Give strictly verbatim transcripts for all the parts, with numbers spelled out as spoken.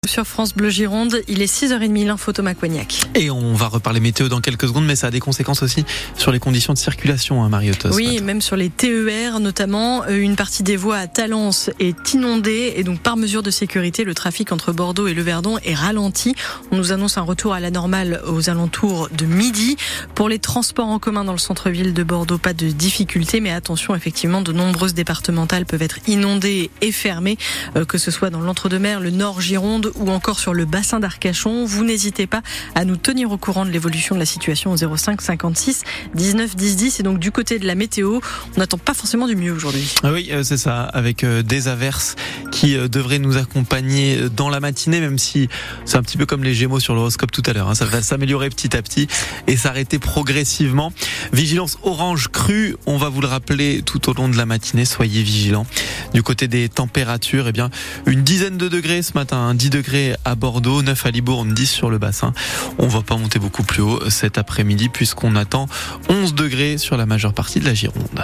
Sur France Bleu Gironde, il est six heures trente, l'info Thomas Coignac. Et on va reparler météo dans quelques secondes, mais ça a des conséquences aussi sur les conditions de circulation, hein, Marie-Autos. Oui, même sur les T E R notamment. Une partie des voies à Talence est inondée et donc par mesure de sécurité, le trafic entre Bordeaux et le Verdon est ralenti. On nous annonce un retour à la normale aux alentours de midi. Pour les transports en commun dans le centre-ville de Bordeaux, pas de difficulté, mais attention, effectivement, de nombreuses départementales peuvent être inondées et fermées, euh, que ce soit dans l'Entre-deux-Mers, le Nord Gironde ou encore sur le bassin d'Arcachon. Vous n'hésitez pas à nous tenir au courant de l'évolution de la situation au zéro cinq cinquante-six dix-neuf dix dix. Et donc du côté de la météo, on n'attend pas forcément du mieux aujourd'hui. Oui, euh, c'est ça, avec euh, des averses qui euh, devraient nous accompagner dans la matinée, même si c'est un petit peu comme les Gémeaux sur l'horoscope tout à l'heure, hein, ça va s'améliorer petit à petit et s'arrêter progressivement. Vigilance orange crue, on va vous le rappeler tout au long de la matinée, soyez vigilants. Du côté des températures, eh bien, une dizaine de degrés ce matin, hein, dix degrés à Bordeaux, neuf à Libourne, dix sur le bassin. On va pas monter beaucoup plus haut cet après-midi puisqu'on attend onze degrés sur la majeure partie de la Gironde.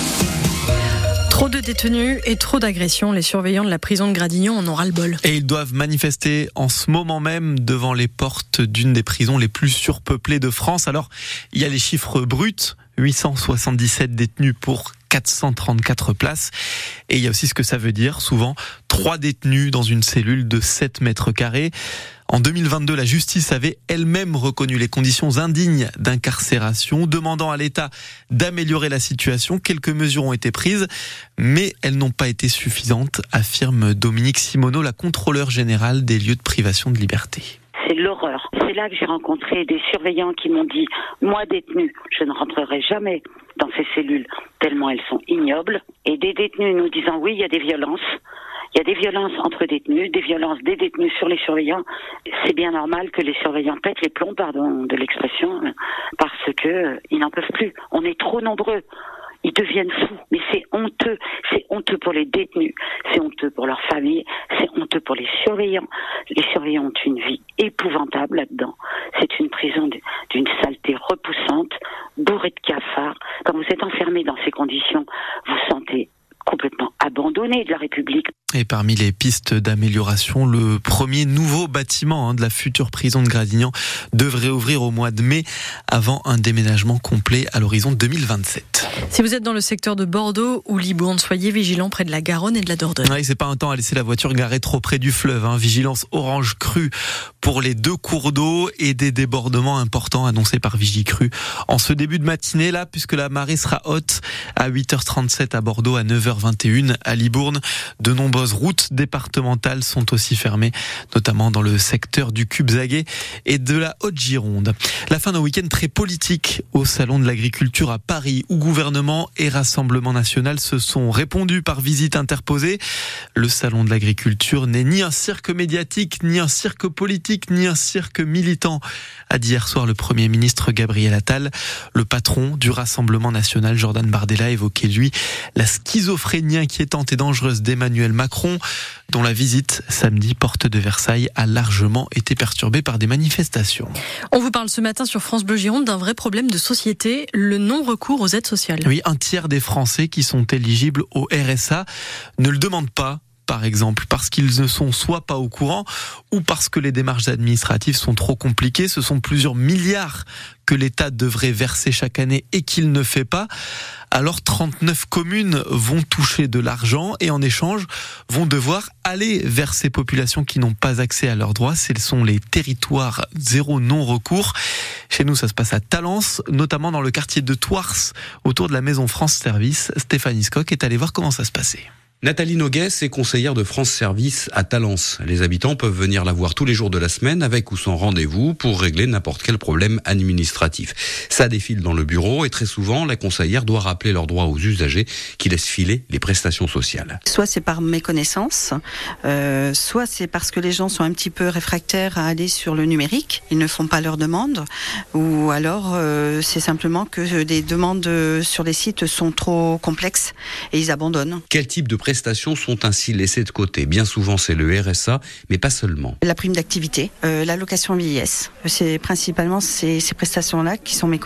Trop de détenus et trop d'agressions. Les surveillants de la prison de Gradignan en ont ras-le-bol. Et ils doivent manifester en ce moment même devant les portes d'une des prisons les plus surpeuplées de France. Alors, il y a les chiffres bruts, huit cent soixante-dix-sept détenus pour quatre cent trente-quatre places. Et il y a aussi ce que ça veut dire, souvent, trois détenus dans une cellule de sept mètres carrés. En deux mille vingt-deux, la justice avait elle-même reconnu les conditions indignes d'incarcération, demandant à l'État d'améliorer la situation. Quelques mesures ont été prises, mais elles n'ont pas été suffisantes, affirme Dominique Simoneau, la contrôleure générale des lieux de privation de liberté. C'est l'horreur. C'est là que j'ai rencontré des surveillants qui m'ont dit « Moi, détenu, je ne rentrerai jamais dans ces cellules, tellement elles sont ignobles. » Et des détenus nous disant « Oui, il y a des violences. Il y a des violences entre détenus, des violences des détenus sur les surveillants. C'est bien normal que les surveillants pètent les plombs, pardon de l'expression, parce que euh, ils n'en peuvent plus. On est trop nombreux. Ils deviennent fous. Mais c'est honteux. C'est honteux pour les détenus. C'est honteux pour leurs familles. C'est honteux pour les surveillants. Les surveillants ont une vie épouvantable là-dedans. C'est une prison d'une saleté repoussante, bourrée de cafards. Quand vous êtes enfermé dans ces conditions, vous sentez complètement abandonné de la République. Et parmi les pistes d'amélioration, le premier nouveau bâtiment hein, de la future prison de Gradignan devrait ouvrir au mois de mai avant un déménagement complet à l'horizon deux mille vingt-sept. Si vous êtes dans le secteur de Bordeaux ou Libourne, soyez vigilants près de la Garonne et de la Dordogne. Ouais, c'est pas un temps à laisser la voiture garée trop près du fleuve. Hein. Vigilance orange crue pour les deux cours d'eau et des débordements importants annoncés par Vigicru en ce début de matinée là, puisque la marée sera haute à huit heures trente-sept à Bordeaux, à neuf heures vingt et une à Libourne. De nombreuses routes départementales sont aussi fermées, notamment dans le secteur du Cubzaguais et de la Haute-Gironde. La fin d'un week-end très politique au Salon de l'Agriculture à Paris, où gouvernement et Rassemblement national se sont répondus par visite interposée. Le Salon de l'Agriculture n'est ni un cirque médiatique, ni un cirque politique, ni un cirque militant, a dit hier soir le Premier ministre Gabriel Attal. Le patron du Rassemblement national, Jordan Bardella, évoquait lui la schizophrénie inquiétante et dangereuse d'Emmanuel Macron, dont la visite samedi porte de Versailles a largement été perturbée par des manifestations. On vous parle ce matin sur France Bleu Gironde d'un vrai problème de société, le non-recours aux aides sociales. Oui, un tiers des Français qui sont éligibles au R S A ne le demandent pas. Par exemple, parce qu'ils ne sont soit pas au courant ou parce que les démarches administratives sont trop compliquées. Ce sont plusieurs milliards que l'État devrait verser chaque année et qu'il ne fait pas. Alors trente-neuf communes vont toucher de l'argent et en échange vont devoir aller vers ces populations qui n'ont pas accès à leurs droits. Ce sont les territoires zéro non-recours. Chez nous, ça se passe à Talence, notamment dans le quartier de Thouars, autour de la Maison France Service. Stéphanie Skock est allée voir comment ça se passait. Nathalie Noguès est conseillère de France Service à Talence. Les habitants peuvent venir la voir tous les jours de la semaine avec ou sans rendez-vous pour régler n'importe quel problème administratif. Ça défile dans le bureau et très souvent, la conseillère doit rappeler leurs droits aux usagers qui laissent filer les prestations sociales. Soit c'est par méconnaissance, euh, soit c'est parce que les gens sont un petit peu réfractaires à aller sur le numérique, ils ne font pas leurs demandes, ou alors euh, c'est simplement que des demandes sur les sites sont trop complexes et ils abandonnent. Quel type de prestations sont ainsi laissées de côté? Bien souvent, c'est le R S A, mais pas seulement. La prime d'activité, euh, l'allocation vieillesse, c'est principalement ces, ces prestations-là qui sont méconnues.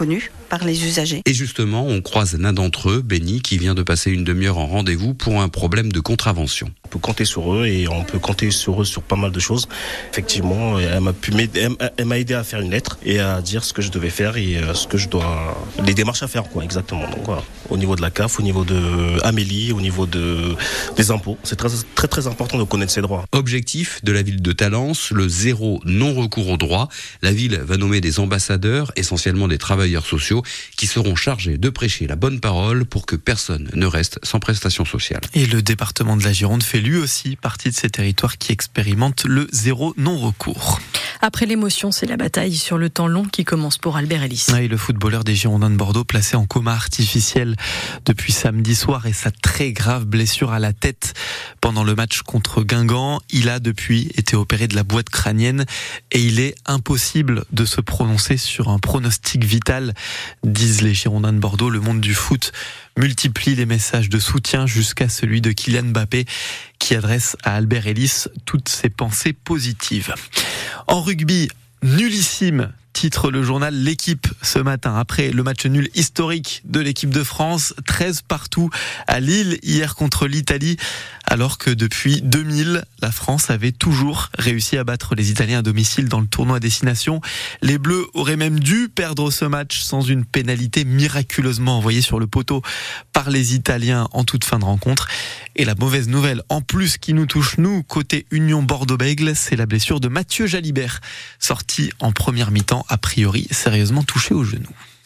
par les usagers. Et justement, on croise l'un d'entre eux, Benny, qui vient de passer une demi-heure en rendez-vous pour un problème de contravention. On peut compter sur eux et on peut compter sur eux sur pas mal de choses. Effectivement, elle m'a, pu m'aider, elle m'a aidé à faire une lettre et à dire ce que je devais faire et ce que je dois, les démarches à faire, quoi, exactement. Donc voilà, au niveau de la C A F, au niveau de Amélie, au niveau de des impôts, c'est très très très important de connaître ses droits. Objectif de la ville de Talence, le zéro non-recours aux droits. La ville va nommer des ambassadeurs, essentiellement des travailleurs sociaux, qui seront chargés de prêcher la bonne parole pour que personne ne reste sans prestation sociale. Et le département de la Gironde fait lui aussi partie de ces territoires qui expérimentent le zéro non-recours. Après l'émotion, c'est la bataille sur le temps long qui commence pour Albert Ellis. Oui, le footballeur des Girondins de Bordeaux placé en coma artificiel depuis samedi soir et sa très grave blessure à la tête pendant le match contre Guingamp. Il a depuis été opéré de la boîte crânienne et il est impossible de se prononcer sur un pronostic vital, disent les Girondins de Bordeaux. Le monde du foot multiplie les messages de soutien jusqu'à celui de Kylian Mbappé qui adresse à Albert Ellis toutes ses pensées positives. En rugby, nullissime, titre le journal L'Équipe ce matin. Après le match nul historique de l'équipe de France, treize partout à Lille hier contre l'Italie, alors que depuis deux mille, la France avait toujours réussi à battre les Italiens à domicile dans le tournoi à destination. Les Bleus auraient même dû perdre ce match sans une pénalité miraculeusement envoyée sur le poteau par les Italiens en toute fin de rencontre. Et la mauvaise nouvelle, en plus, qui nous touche, nous, côté Union Bordeaux-Bègles, c'est la blessure de Mathieu Jalibert, sorti en première mi-temps, a priori sérieusement touché au genou.